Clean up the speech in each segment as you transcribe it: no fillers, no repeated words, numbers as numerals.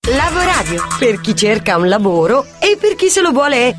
Lavoradio, per chi cerca un lavoro e per chi se lo vuole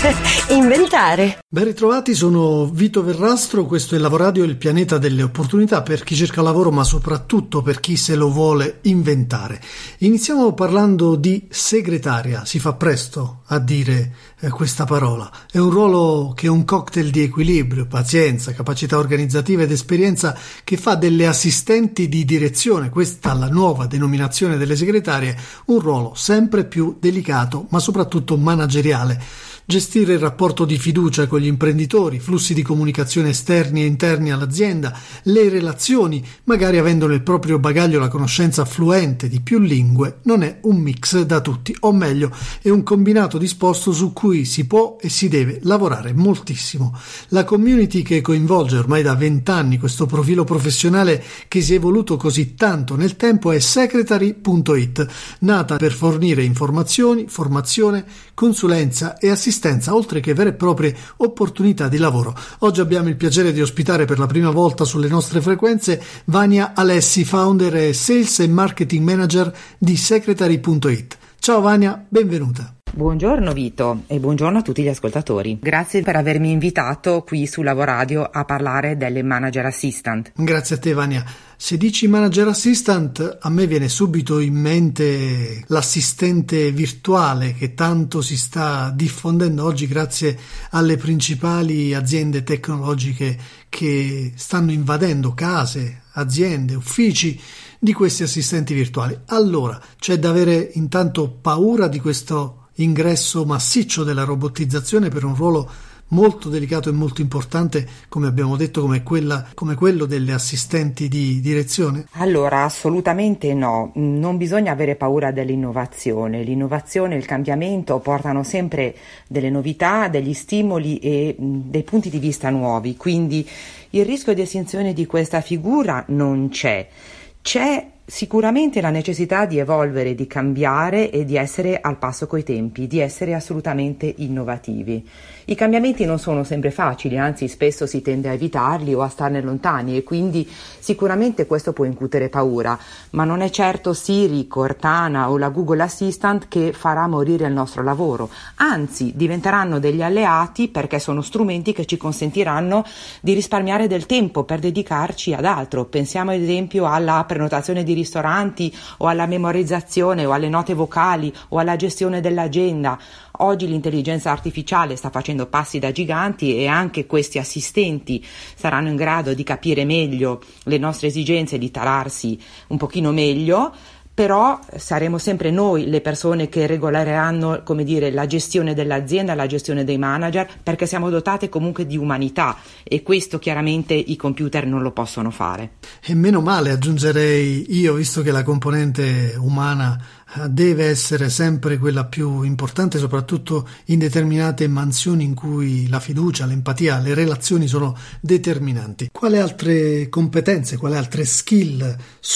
inventare. Ben ritrovati, sono Vito Verrastro, questo è Lavoradio, il pianeta delle opportunità per chi cerca lavoro ma soprattutto per chi se lo vuole inventare. Iniziamo parlando di segretaria, si fa presto a dire questa parola. È un ruolo che è un cocktail di equilibrio, pazienza, capacità organizzativa ed esperienza che fa delle assistenti di direzione, questa la nuova denominazione delle segretarie, un ruolo sempre più delicato ma soprattutto manageriale. Gestire il rapporto di fiducia con gli imprenditori, flussi di comunicazione esterni e interni all'azienda, le relazioni, magari avendo nel proprio bagaglio la conoscenza fluente di più lingue, non è un mix da tutti, o meglio, è un combinato disposto su cui si può e si deve lavorare moltissimo. La community che coinvolge ormai da 20 anni questo profilo professionale che si è evoluto così tanto nel tempo è secretary.it, nata per fornire informazioni, formazione, consulenza e assistenza, oltre che vere e proprie opportunità di lavoro. Oggi abbiamo il piacere di ospitare per la prima volta sulle nostre frequenze Vania Alessi, founder e Sales e Marketing Manager di Secretary.it. Ciao Vania, benvenuta. Buongiorno Vito e buongiorno a tutti gli ascoltatori. Grazie per avermi invitato qui su Lavoradio a parlare delle Manager Assistant. Grazie a te Vania. Se dici Manager Assistant, a me viene subito in mente l'assistente virtuale che tanto si sta diffondendo oggi grazie alle principali aziende tecnologiche che stanno invadendo case, aziende, uffici di questi assistenti virtuali. Allora, c'è da avere intanto paura di questo ingresso massiccio della robotizzazione per un ruolo molto delicato e molto importante, come abbiamo detto, come quello delle assistenti di direzione? Allora, assolutamente no, non bisogna avere paura dell'innovazione. L'innovazione e il cambiamento portano sempre delle novità, degli stimoli e dei punti di vista nuovi, quindi il rischio di estinzione di questa figura non c'è. C'è sicuramente la necessità di evolvere, di cambiare e di essere al passo coi tempi, di essere assolutamente innovativi. I cambiamenti non sono sempre facili, anzi spesso si tende a evitarli o a starne lontani e quindi sicuramente questo può incutere paura, ma non è certo Siri, Cortana o la Google Assistant che farà morire il nostro lavoro, anzi diventeranno degli alleati perché sono strumenti che ci consentiranno di risparmiare del tempo per dedicarci ad altro. Pensiamo ad esempio alla prenotazione di ristoranti o alla memorizzazione o alle note vocali o alla gestione dell'agenda. Oggi l'intelligenza artificiale sta facendo passi da giganti e anche questi assistenti saranno in grado di capire meglio le nostre esigenze e di tararsi un pochino meglio, però saremo sempre noi le persone che regoleranno, come dire, la gestione dell'azienda, la gestione dei manager, perché siamo dotate comunque di umanità e questo chiaramente i computer non lo possono fare. E meno male, aggiungerei io, visto che la componente umana deve essere sempre quella più importante, soprattutto in determinate mansioni in cui la fiducia, l'empatia, le relazioni sono determinanti. Quali altre competenze, quali altre skill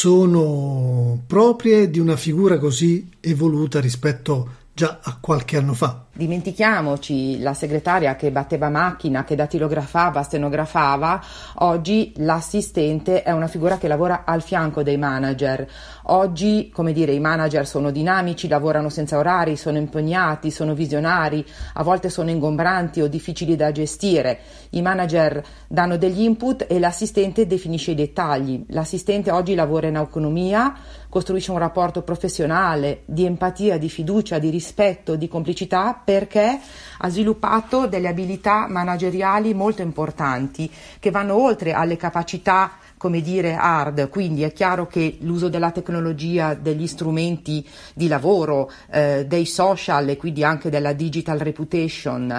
sono proprie di una figura così evoluta rispetto già a qualche anno fa? Dimentichiamoci la segretaria che batteva macchina, che datilografava, stenografava. Oggi l'assistente è una figura che lavora al fianco dei manager. Oggi, come dire, i manager sono dinamici, lavorano senza orari, sono impegnati, sono visionari, a volte sono ingombranti o difficili da gestire. I manager danno degli input e l'assistente definisce i dettagli. L'assistente oggi lavora in autonomia, costruisce un rapporto professionale di empatia, di fiducia, di rispetto, di complicità, perché ha sviluppato delle abilità manageriali molto importanti che vanno oltre alle capacità, come dire, hard. Quindi è chiaro che l'uso della tecnologia, degli strumenti di lavoro, dei social e quindi anche della digital reputation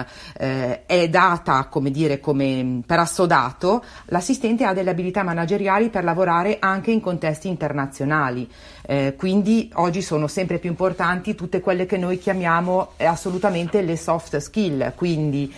è data, come dire, come per assodato. L'assistente ha delle abilità manageriali per lavorare anche in contesti internazionali. Quindi oggi sono sempre più importanti tutte quelle che noi chiamiamo assolutamente le soft skill, quindi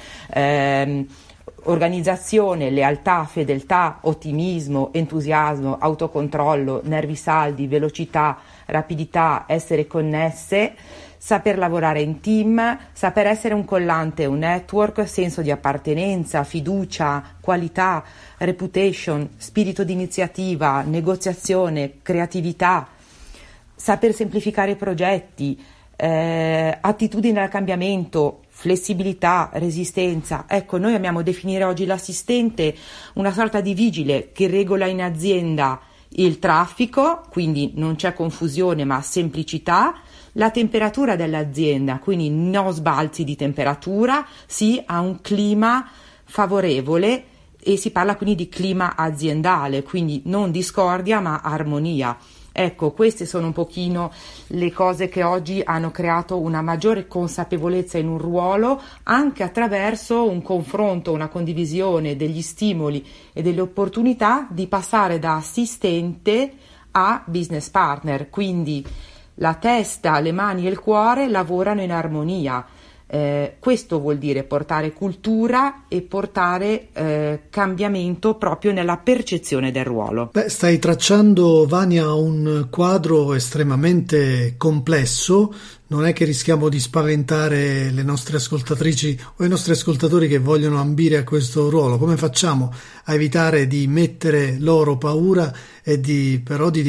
organizzazione, lealtà, fedeltà, ottimismo, entusiasmo, autocontrollo, nervi saldi, velocità, rapidità, essere connesse, saper lavorare in team, saper essere un collante, un network, senso di appartenenza, fiducia, qualità, reputation, spirito di iniziativa, negoziazione, creatività. saper semplificare i progetti, attitudine al cambiamento, flessibilità, resistenza. Ecco, noi amiamo definire oggi l'assistente una sorta di vigile che regola in azienda il traffico, quindi non c'è confusione ma semplicità, la temperatura dell'azienda, quindi no sbalzi di temperatura, sì a un clima favorevole, e si parla quindi di clima aziendale, quindi non discordia ma armonia. Ecco, queste sono un pochino le cose che oggi hanno creato una maggiore consapevolezza in un ruolo, anche attraverso un confronto, una condivisione degli stimoli e delle opportunità di passare da assistente a business partner, quindi la testa, le mani e il cuore lavorano in armonia. Questo vuol dire portare cultura e portare cambiamento proprio nella percezione del ruolo. Stai tracciando, Vania, un quadro estremamente complesso. Non è che rischiamo di spaventare le nostre ascoltatrici o i nostri ascoltatori che vogliono ambire a questo ruolo? Come facciamo a evitare di mettere loro paura e di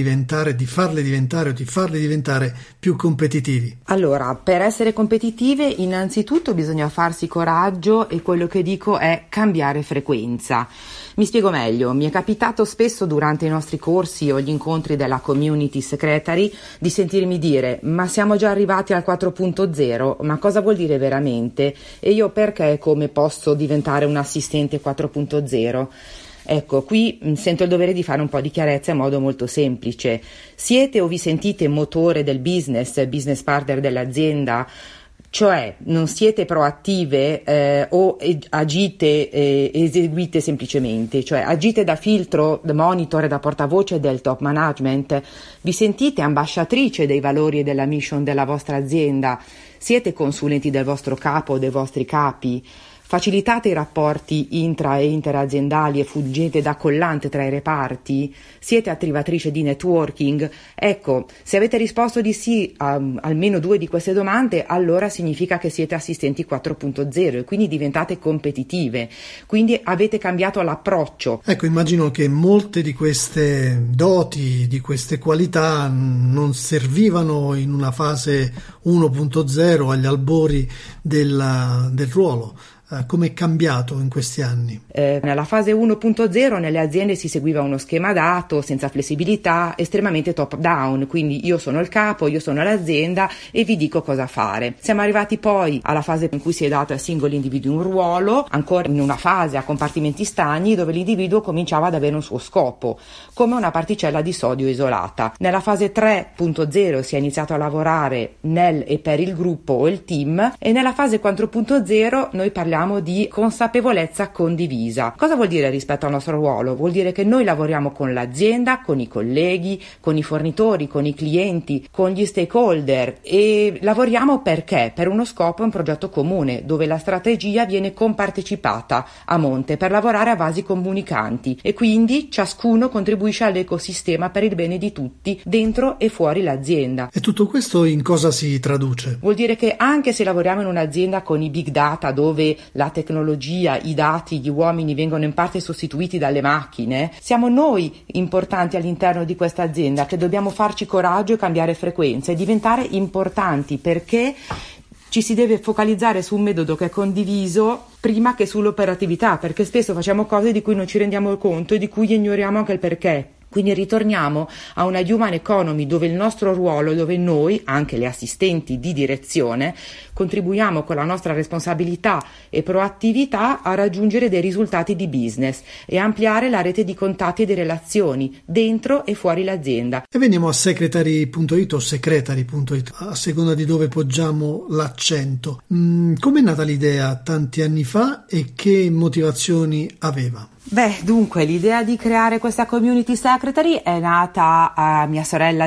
farle diventare più competitivi? Allora, per essere competitive innanzitutto bisogna farsi coraggio, e quello che dico è cambiare frequenza. Mi spiego meglio. Mi è capitato spesso durante i nostri corsi o gli incontri della Community Secretary di sentirmi dire: ma siamo già arrivati al 4.0, ma cosa vuol dire veramente? E io perché e come posso diventare un assistente 4.0? Ecco, qui sento il dovere di fare un po' di chiarezza in modo molto semplice. Siete o vi sentite motore del business partner dell'azienda? Cioè non siete proattive o agite eseguite semplicemente, cioè agite da filtro, da monitor e da portavoce del top management, vi sentite ambasciatrice dei valori e della mission della vostra azienda, siete consulenti del vostro capo o dei vostri capi, facilitate i rapporti intra e interaziendali e fuggite da collante tra i reparti, siete attivatrice di networking. Ecco, se avete risposto di sì a almeno 2 di queste domande, allora significa che siete assistenti 4.0 e quindi diventate competitive, quindi avete cambiato l'approccio. Ecco, immagino che molte di queste doti, di queste qualità non servivano in una fase 1.0 agli albori del ruolo. Come è cambiato in questi anni? Nella fase 1.0 nelle aziende si seguiva uno schema dato, senza flessibilità, estremamente top down, quindi io sono il capo, io sono l'azienda e vi dico cosa fare. Siamo arrivati poi alla fase in cui si è dato ai singoli individui un ruolo, ancora in una fase a compartimenti stagni dove l'individuo cominciava ad avere un suo scopo, come una particella di sodio isolata. Nella fase 3.0 si è iniziato a lavorare nel e per il gruppo o il team, e nella fase 4.0 noi parliamo di consapevolezza condivisa. Cosa vuol dire rispetto al nostro ruolo? Vuol dire che noi lavoriamo con l'azienda, con i colleghi, con i fornitori, con i clienti, con gli stakeholder, e lavoriamo perché? Per uno scopo e un progetto comune, dove la strategia viene compartecipata a monte per lavorare a vasi comunicanti, e quindi ciascuno contribuisce all'ecosistema per il bene di tutti, dentro e fuori l'azienda. E tutto questo in cosa si traduce? Vuol dire che anche se lavoriamo in un'azienda con i big data, dove la tecnologia, i dati, gli uomini vengono in parte sostituiti dalle macchine, siamo noi importanti all'interno di questa azienda che dobbiamo farci coraggio e cambiare frequenza e diventare importanti, perché ci si deve focalizzare su un metodo che è condiviso prima che sull'operatività, perché spesso facciamo cose di cui non ci rendiamo conto e di cui ignoriamo anche il perché. Quindi ritorniamo a una human economy dove il nostro ruolo, dove noi, anche le assistenti di direzione, contribuiamo con la nostra responsabilità e proattività a raggiungere dei risultati di business e ampliare la rete di contatti e di relazioni dentro e fuori l'azienda. E veniamo a secretary.it o secretary.it, a seconda di dove poggiamo l'accento. Come è nata l'idea tanti anni fa e che motivazioni aveva? Dunque, l'idea di creare questa community secretary è nata a mia sorella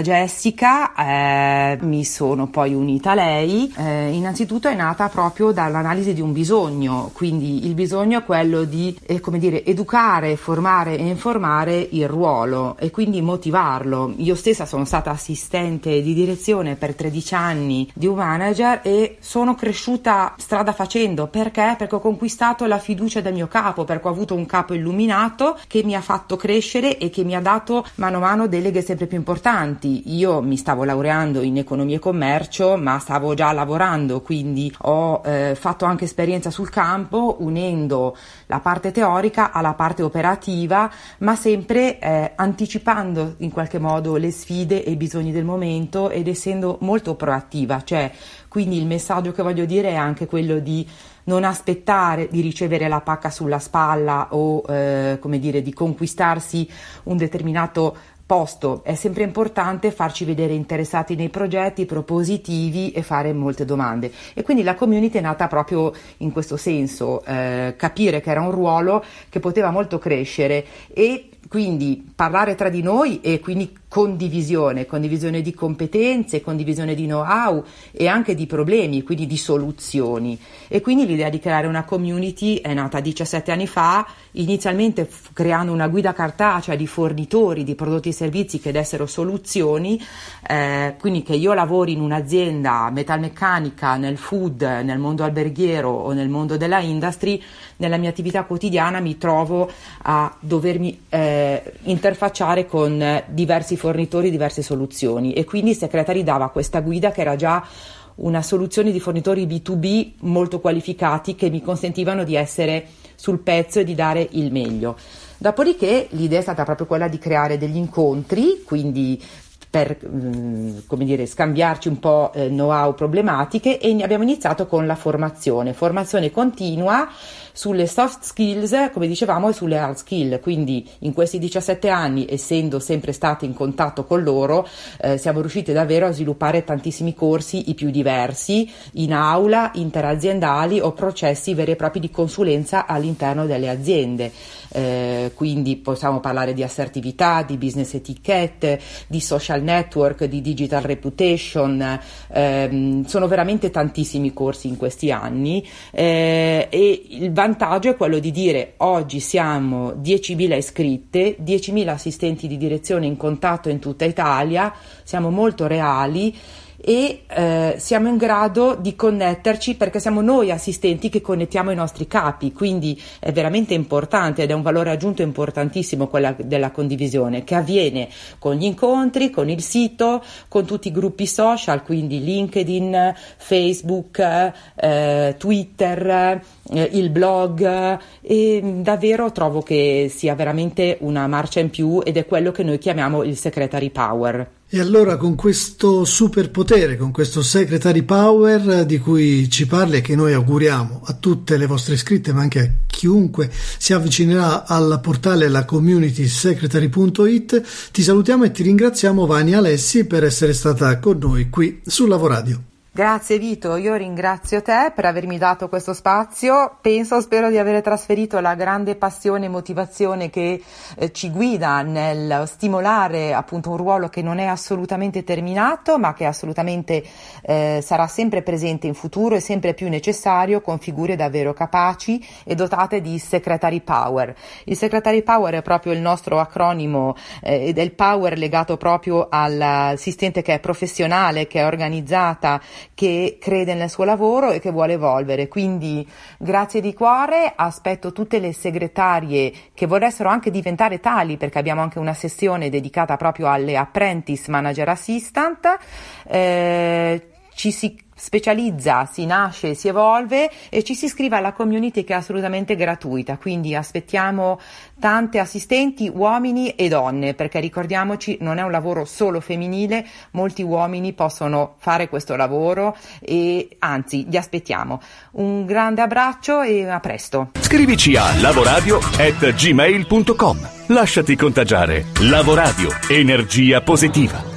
Jessica, mi sono poi unita a lei. Innanzitutto è nata proprio dall'analisi di un bisogno, quindi il bisogno è quello di, educare, formare e informare il ruolo e quindi motivarlo. Io stessa sono stata assistente di direzione per 13 anni di un manager e sono cresciuta strada facendo. Perché? Perché ho conquistato la fiducia del mio capo, perché ho avuto un capo illuminato illuminato, che mi ha fatto crescere e che mi ha dato mano a mano deleghe sempre più importanti. Io mi stavo laureando in economia e commercio, ma stavo già lavorando, quindi ho fatto anche esperienza sul campo, unendo la parte teorica alla parte operativa, ma sempre anticipando in qualche modo le sfide e i bisogni del momento ed essendo molto proattiva. Quindi il messaggio che voglio dire è anche quello di non aspettare di ricevere la pacca sulla spalla o di conquistarsi un determinato posto. È sempre importante farci vedere interessati nei progetti, propositivi e fare molte domande. E quindi la community è nata proprio in questo senso, capire che era un ruolo che poteva molto crescere e quindi parlare tra di noi e quindi condivisione di competenze, condivisione di know-how e anche di problemi, quindi di soluzioni. E quindi l'idea di creare una community è nata 17 anni fa, inizialmente creando una guida cartacea di fornitori di prodotti e servizi che dessero soluzioni, quindi che io lavori in un'azienda metalmeccanica, nel food, nel mondo alberghiero o nel mondo della industry, nella mia attività quotidiana mi trovo a dovermi interfacciare con diversi fornitori, diverse soluzioni, e quindi Secretary dava questa guida che era già una soluzione di fornitori B2B molto qualificati che mi consentivano di essere sul pezzo e di dare il meglio. Dopodiché l'idea è stata proprio quella di creare degli incontri, quindi per scambiarci un po' know-how, problematiche, e abbiamo iniziato con la formazione continua sulle soft skills, come dicevamo, e sulle hard skill. Quindi in questi 17 anni, essendo sempre stati in contatto con loro, siamo riusciti davvero a sviluppare tantissimi corsi, i più diversi, in aula, interaziendali o processi veri e propri di consulenza all'interno delle aziende. Quindi possiamo parlare di assertività, di business etiquette, di social network, di digital reputation. Sono veramente tantissimi corsi in questi anni, e il vantaggio è quello di dire: oggi siamo 10.000 iscritte, 10.000 assistenti di direzione in contatto in tutta Italia, siamo molto reali e siamo in grado di connetterci, perché siamo noi assistenti che connettiamo i nostri capi. Quindi è veramente importante ed è un valore aggiunto importantissimo quella della condivisione, che avviene con gli incontri, con il sito, con tutti i gruppi social, quindi LinkedIn, Facebook, Twitter, il blog, e davvero trovo che sia veramente una marcia in più ed è quello che noi chiamiamo il Secretary Power. E allora con questo superpotere, con questo Secretary Power di cui ci parli e che noi auguriamo a tutte le vostre iscritte, ma anche a chiunque si avvicinerà al portale la community secretary.it, ti salutiamo e ti ringraziamo, Vania Alessi, per essere stata con noi qui su Lavoradio. Grazie Vito, io ringrazio te per avermi dato questo spazio. Spero di aver trasferito la grande passione e motivazione che ci guida nel stimolare appunto un ruolo che non è assolutamente terminato, ma che assolutamente sarà sempre presente in futuro e sempre più necessario, con figure davvero capaci e dotate di Secretary Power. Il Secretary Power è proprio il nostro acronimo ed è il power legato proprio all'assistente che è professionale, che è organizzata, che crede nel suo lavoro e che vuole evolvere. Quindi grazie di cuore, aspetto tutte le segretarie che vorressero anche diventare tali, perché abbiamo anche una sessione dedicata proprio alle Apprentice Manager Assistant. Ci si specializza, si nasce, si evolve e ci si iscrive alla community, che è assolutamente gratuita. Quindi aspettiamo tante assistenti, uomini e donne, perché ricordiamoci, non è un lavoro solo femminile, molti uomini possono fare questo lavoro e anzi li aspettiamo. Un grande abbraccio e a presto. Scrivici a lavoradio@gmail.com. Lasciati contagiare. Lavoradio, energia positiva.